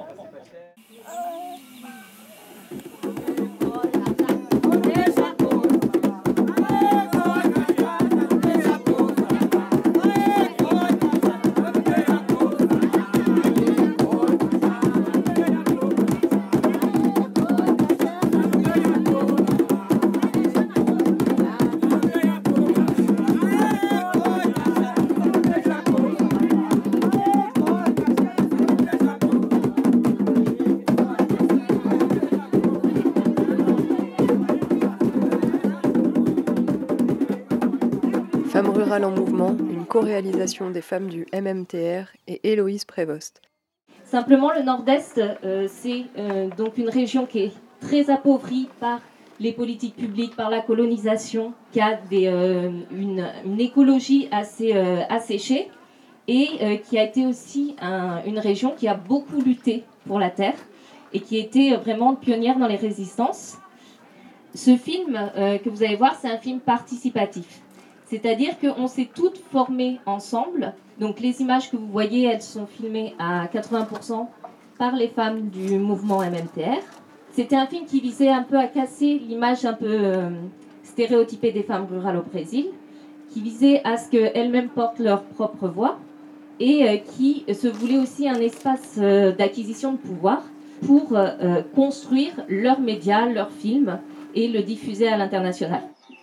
[SPEAKER 7] Femmes rurales en mouvement, une co-réalisation des femmes du M M T R et Héloïse Prévost.
[SPEAKER 12] Simplement, le Nord-Est, euh, c'est euh, donc une région qui est très appauvrie par les politiques publiques, par la colonisation, qui a des, euh, une, une écologie assez euh, asséchée et euh, qui a été aussi un, une région qui a beaucoup lutté pour la terre et qui était vraiment pionnière dans les résistances. Ce film euh, que vous allez voir, c'est un film participatif. C'est-à-dire qu'on s'est toutes formées ensemble. Donc les images que vous voyez, elles sont filmées à quatre-vingts pour cent par les femmes du mouvement M M T R. C'était un film qui visait un peu à casser l'image un peu euh, stéréotypée des femmes rurales au Brésil, qui visait à ce qu'elles-mêmes portent leur propre voix et euh, qui se voulait aussi un espace euh, d'acquisition de pouvoir pour euh, construire leurs médias, leurs films et le diffuser à l'international.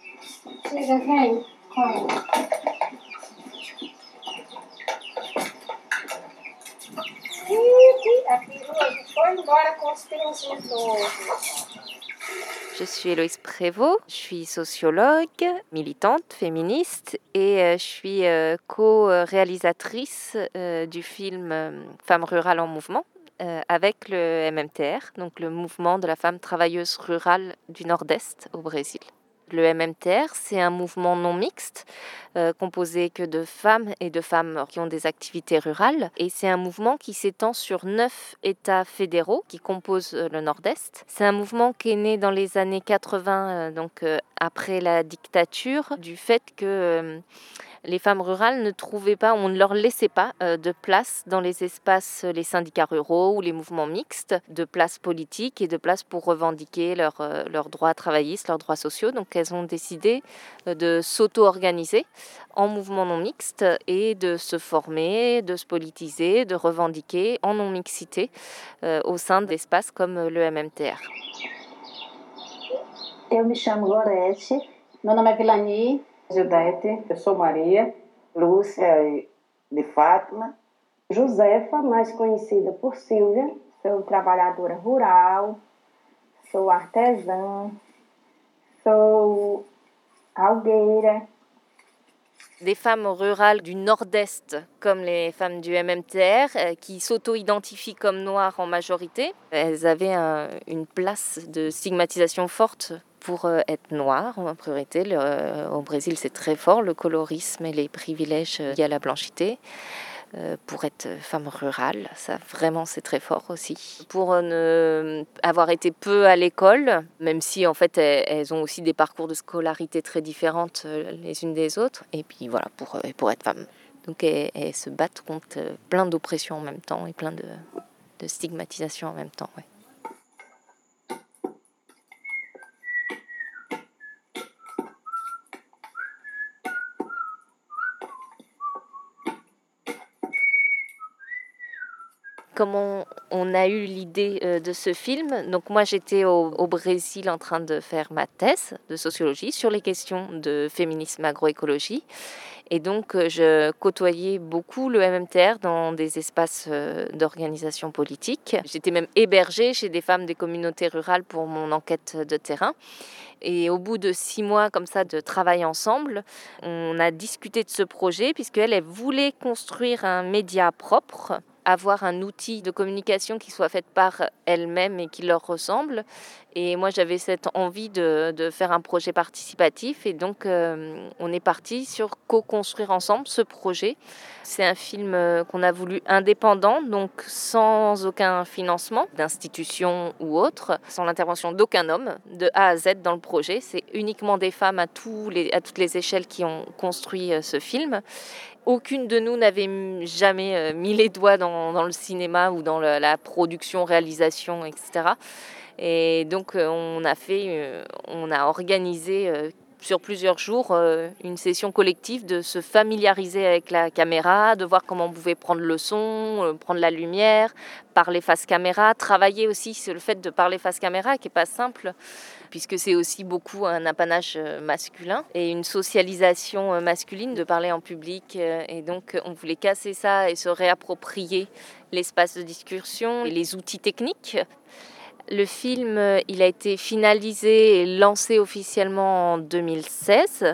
[SPEAKER 17] Je suis Héloïse Prévost, je suis sociologue, militante, féministe et euh, je suis euh, co-réalisatrice euh, du film euh, Femmes rurales en mouvement euh, avec le M M T R, donc le mouvement de la femme travailleuse rurale du Nord-Est au Brésil. Le M M T R, c'est un mouvement non mixte, euh, composé que de femmes et de femmes qui ont des activités rurales. Et c'est un mouvement qui s'étend sur neuf États fédéraux qui composent euh, le Nord-Est. C'est un mouvement qui est né dans les années quatre-vingts, euh, donc euh, après la dictature, du fait que euh, les femmes rurales ne trouvaient pas, on ne leur laissait pas euh, de place dans les espaces, les syndicats ruraux ou les mouvements mixtes, de place politique et de place pour revendiquer leurs euh, leurs droits travaillistes, leurs droits sociaux. Donc elles ont décidé euh, de s'auto-organiser en mouvement non mixte et de se former, de se politiser, de revendiquer en non-mixité euh, au sein d'espaces comme le M M T R.
[SPEAKER 18] Eu me chamo Gorete, meu nome é Vilani Gildete, eu sou Maria, Lúcia de Fátima, Josefa, mais conhecida por Silvia, sou trabalhadora rural, sou artesã, sou algueira.
[SPEAKER 17] Des femmes rurales du Nord-Est, comme les femmes du M M T R, qui s'auto-identifient comme noires en majorité. Elles avaient un, une place de stigmatisation forte pour être noires en priorité. Le, au Brésil, c'est très fort, le colorisme et les privilèges liés à la blanchité. Euh, pour être femme rurale, ça vraiment c'est très fort aussi. Pour ne avoir été peu à l'école, même si en fait elles, elles ont aussi des parcours de scolarité très différentes les unes des autres, et puis voilà, pour, pour être femme. Donc elles, elles se battent contre plein d'oppressions en même temps et plein de, de stigmatisation en même temps. Ouais. comment on a eu l'idée euh, de ce film. Donc moi, j'étais au, au Brésil en train de faire ma thèse de sociologie sur les questions de féminisme agroécologie. Et donc, euh, je côtoyais beaucoup le M M T R dans des espaces euh, d'organisation politique. J'étais même hébergée chez des femmes des communautés rurales pour mon enquête de terrain. Et au bout de six mois comme ça de travail ensemble, on a discuté de ce projet puisqu'elle elle voulait construire un média propre, avoir un outil de communication qui soit fait par elle-même et qui leur ressemble. Et moi, j'avais cette envie de, de faire un projet participatif. Et donc, euh, on est parti sur co-construire ensemble ce projet. C'est un film qu'on a voulu indépendant, donc sans aucun financement d'institution ou autre, sans l'intervention d'aucun homme, de A à Z dans le projet. C'est uniquement des femmes à, tous les, à toutes les échelles qui ont construit ce film. Aucune de nous n'avait jamais mis les doigts dans, dans le cinéma ou dans le, la production, réalisation, et cetera. Et donc, on a fait, on a organisé sur plusieurs jours une session collective de se familiariser avec la caméra, de voir comment on pouvait prendre le son, prendre la lumière, parler face caméra, travailler aussi sur le fait de parler face caméra, qui n'est pas simple, puisque c'est aussi beaucoup un apanage masculin et une socialisation masculine de parler en public. Et donc, on voulait casser ça et se réapproprier l'espace de discussion et les outils techniques. Le film, il a été finalisé et lancé officiellement en deux mille seize.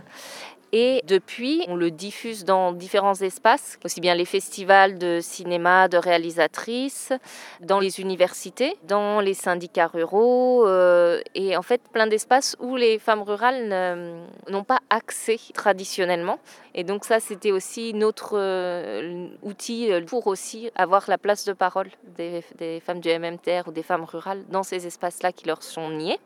[SPEAKER 17] Et depuis, on le diffuse dans différents espaces, aussi bien les festivals de cinéma, de réalisatrices, dans les universités, dans les syndicats ruraux, euh, et en fait plein d'espaces où les femmes rurales n'ont pas accès traditionnellement. Et donc ça, c'était aussi notre euh, outil pour aussi avoir la place de parole des, des femmes du M M T R ou des femmes rurales dans ces espaces-là qui leur sont niés.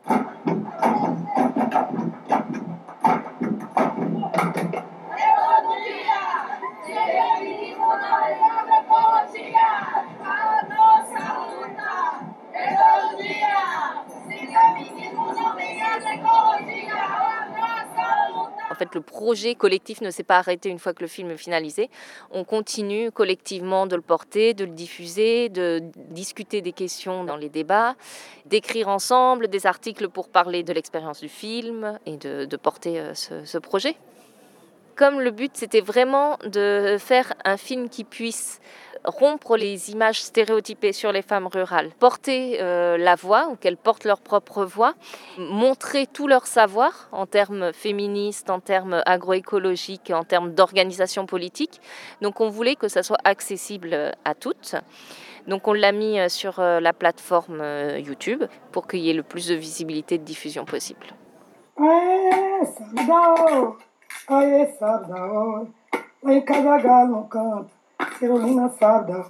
[SPEAKER 17] En fait, le projet collectif ne s'est pas arrêté une fois que le film est finalisé. On continue collectivement de le porter, de le diffuser, de discuter des questions dans les débats, d'écrire ensemble des articles pour parler de l'expérience du film et de, de porter ce, ce projet. Comme le but, c'était vraiment de faire un film qui puisse rompre les images stéréotypées sur les femmes rurales, porter euh, la voix, ou qu'elles portent leur propre voix, montrer tout leur savoir en termes féministes, en termes agroécologiques, en termes d'organisation politique. Donc on voulait que ça soit accessible à toutes. Donc on l'a mis sur la plateforme YouTube pour qu'il y ait le plus de visibilité et de diffusion possible.
[SPEAKER 2] Aê, Sardão, aê, Sardão, lá em casa galo canta, Cirolina Sardão.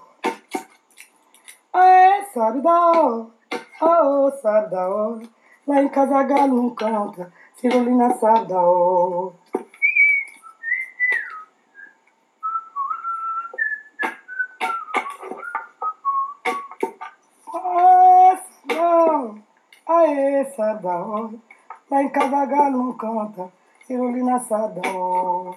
[SPEAKER 2] Aê, Sardão, aô, Sardão, lá em casa galo canta, Cirolina Sardão. Aê, Sardão, aê, Sardão. Lá em casa galo canta, Cirolina Sardão.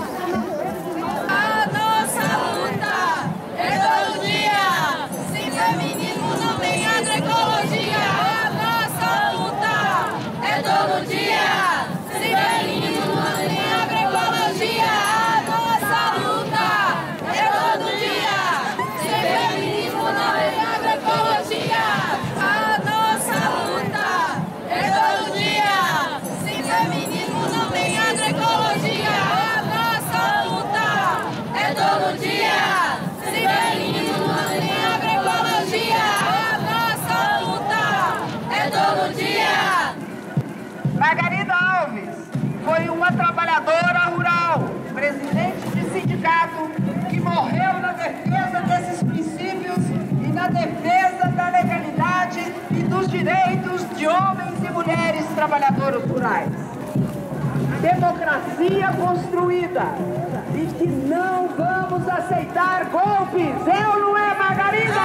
[SPEAKER 13] A nossa luta é todo dia. Sem feminismo não tem agroecologia. A nossa luta é todo dia. Sem feminismo não tem agroecologia. A nossa luta é todo dia. Sem feminismo não tem agroecologia. A nossa luta é todo dia. Sem feminismo não tem agroecologia. A nossa luta é todo dia. Sem feminismo não tem agroecologia. A nossa luta é todo dia.
[SPEAKER 19] Margarida Alves foi uma trabalhadora rural, presidente de sindicato, que morreu na defesa desses princípios e na defesa da legalidade e dos direitos de homens e mulheres trabalhadoras rurais. Democracia construída e que não vamos aceitar golpes. É ou não é, Margarida?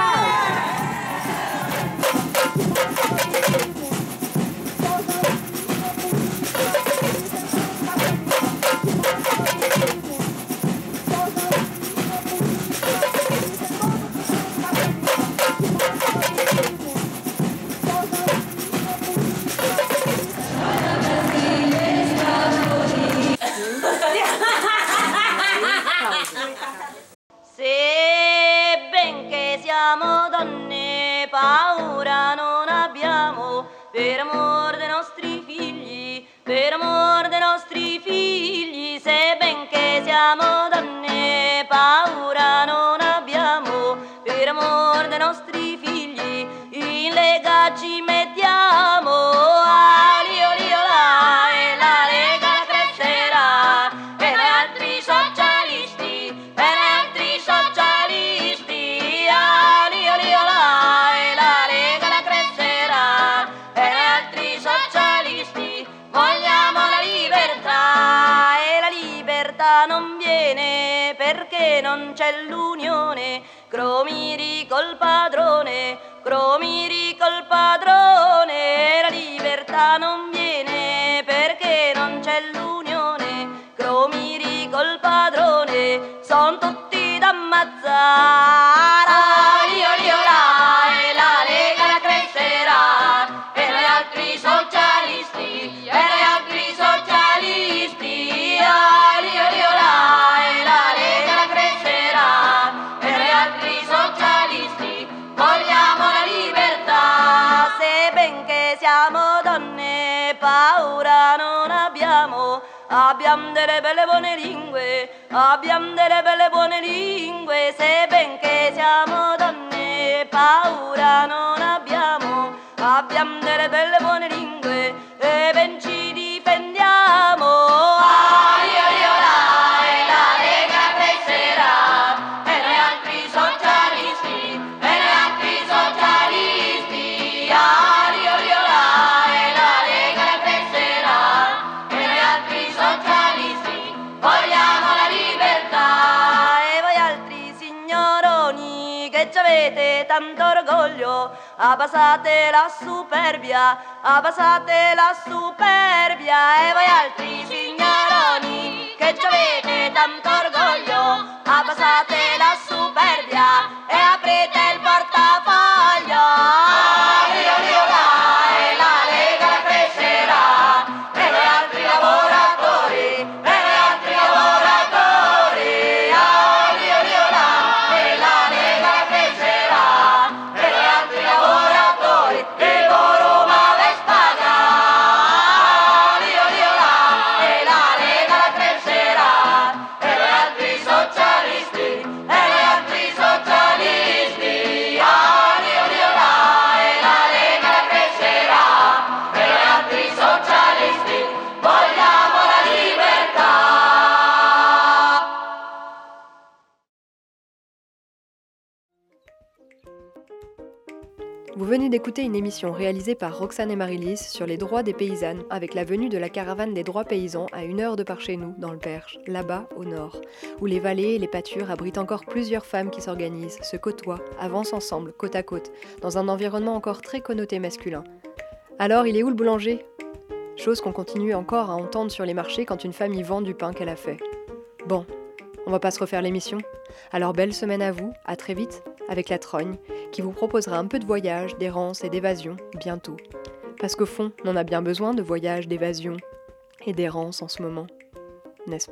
[SPEAKER 10] siamo donne, paura non abbiamo, per amor dei nostri figli, per amor dei nostri figli, se ben che siamo donne, paura non abbiamo, per amor dei nostri figli, in lega ci mettiamo, ali oli olà, e la Lega crescerà, e noi altri socialisti, e noi altri socialisti, ali oli olà, e la Lega la crescerà, e noi altri socialisti, vogliamo la libertà, e la libertà non viene perché non c'è l'unione, Cromiri col padrone, Cromiri col padrone, la libertà non viene perché non c'è l'unione, Cromiri col padrone, son tutti da ammazzare, ali oli olà, e la Lega la crescerà, e noi altri socialisti, e noi altri socialisti, ali oli olà, e la Lega la crescerà, e noi altri socialisti, vogliamo la libertà, se ben che siamo donne, paura non abbiamo, abbiamo delle belle buone lingue, abbiamo delle belle buone lingue, se ben che siamo donne, paura non abbiamo, abbiamo delle belle buone lingue, e ben ci difendiamo, ali oli olà, e la Lega crescerà, e noi altri socialisti, e noi altri socialisti, ali oli olà, e la Lega la crescerà, e noi altri socialisti, vogliamo la libertà, e voi altri signoroni che ci avete tanto orgoglio, abbassate la superbia, abbassate la superbia, e voi altri signoroni che ci avete tanto orgoglio, abbassate la superbia e aprite il portafoglio, ali oli olà, e la Lega la crescerà, e noi altri lavoratori, e noi altri lavoratori, ali oli olà, e la Lega la crescerà, e noi altri lavoratori, il Roma Vespaga, ali oli olà, e la Lega la crescerà, e noi altri socialisti, e noi altri socialisti, ali oli olà, e la Lega la crescerà, e noi altri socialisti, vogliamo la libertà.
[SPEAKER 7] Vous venez d'écouter une émission réalisée par Roxane et Marie-Lise sur les droits des paysannes, avec la venue de la caravane des droits paysans à une heure de par chez nous, dans le Perche, là-bas au nord, où les vallées et les pâtures abritent encore plusieurs femmes qui s'organisent, se côtoient, avancent ensemble, côte à côte, dans un environnement encore très connoté masculin. Alors, il est où le boulanger ? Chose qu'on continue encore à entendre sur les marchés quand une femme y vend du pain qu'elle a fait. Bon, on va pas se refaire l'émission. Alors belle semaine à vous, à très vite, avec la Trogne, qui vous proposera un peu de voyage, d'errance et d'évasion, bientôt. Parce qu'au fond, on en a bien besoin de voyage, d'évasion et d'errance en ce moment. N'est-ce pas ?